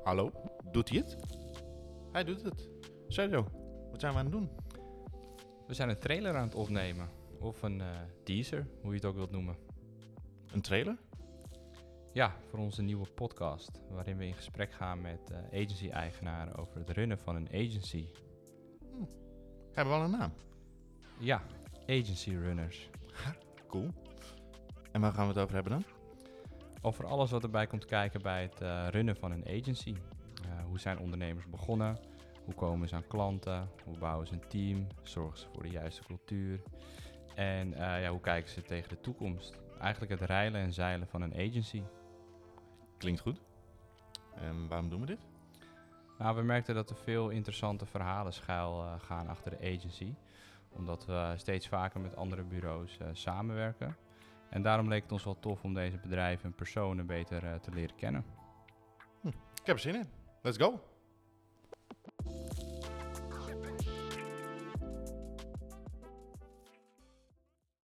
Hallo, doet hij het? Hij doet het. Sergio, wat zijn we aan het doen? We zijn een trailer aan het opnemen. Of een teaser, hoe je het ook wilt noemen. Een trailer? Ja, voor onze nieuwe podcast. Waarin we in gesprek gaan met agency-eigenaren over het runnen van een agency. Hebben we al een naam? Ja, agency runners. Cool. En waar gaan we het over hebben dan? Over alles wat erbij komt kijken bij het runnen van een agency. Hoe zijn ondernemers begonnen? Hoe komen ze aan klanten? Hoe bouwen ze een team? Zorgen ze voor de juiste cultuur? En hoe kijken ze tegen de toekomst? Eigenlijk het reilen en zeilen van een agency. Klinkt goed. En waarom doen we dit? Nou, we merkten dat er veel interessante verhalen schuil gaan achter de agency. Omdat we steeds vaker met andere bureaus samenwerken. En daarom leek het ons wel tof om deze bedrijven en personen beter te leren kennen. Ik heb er zin in. Let's go!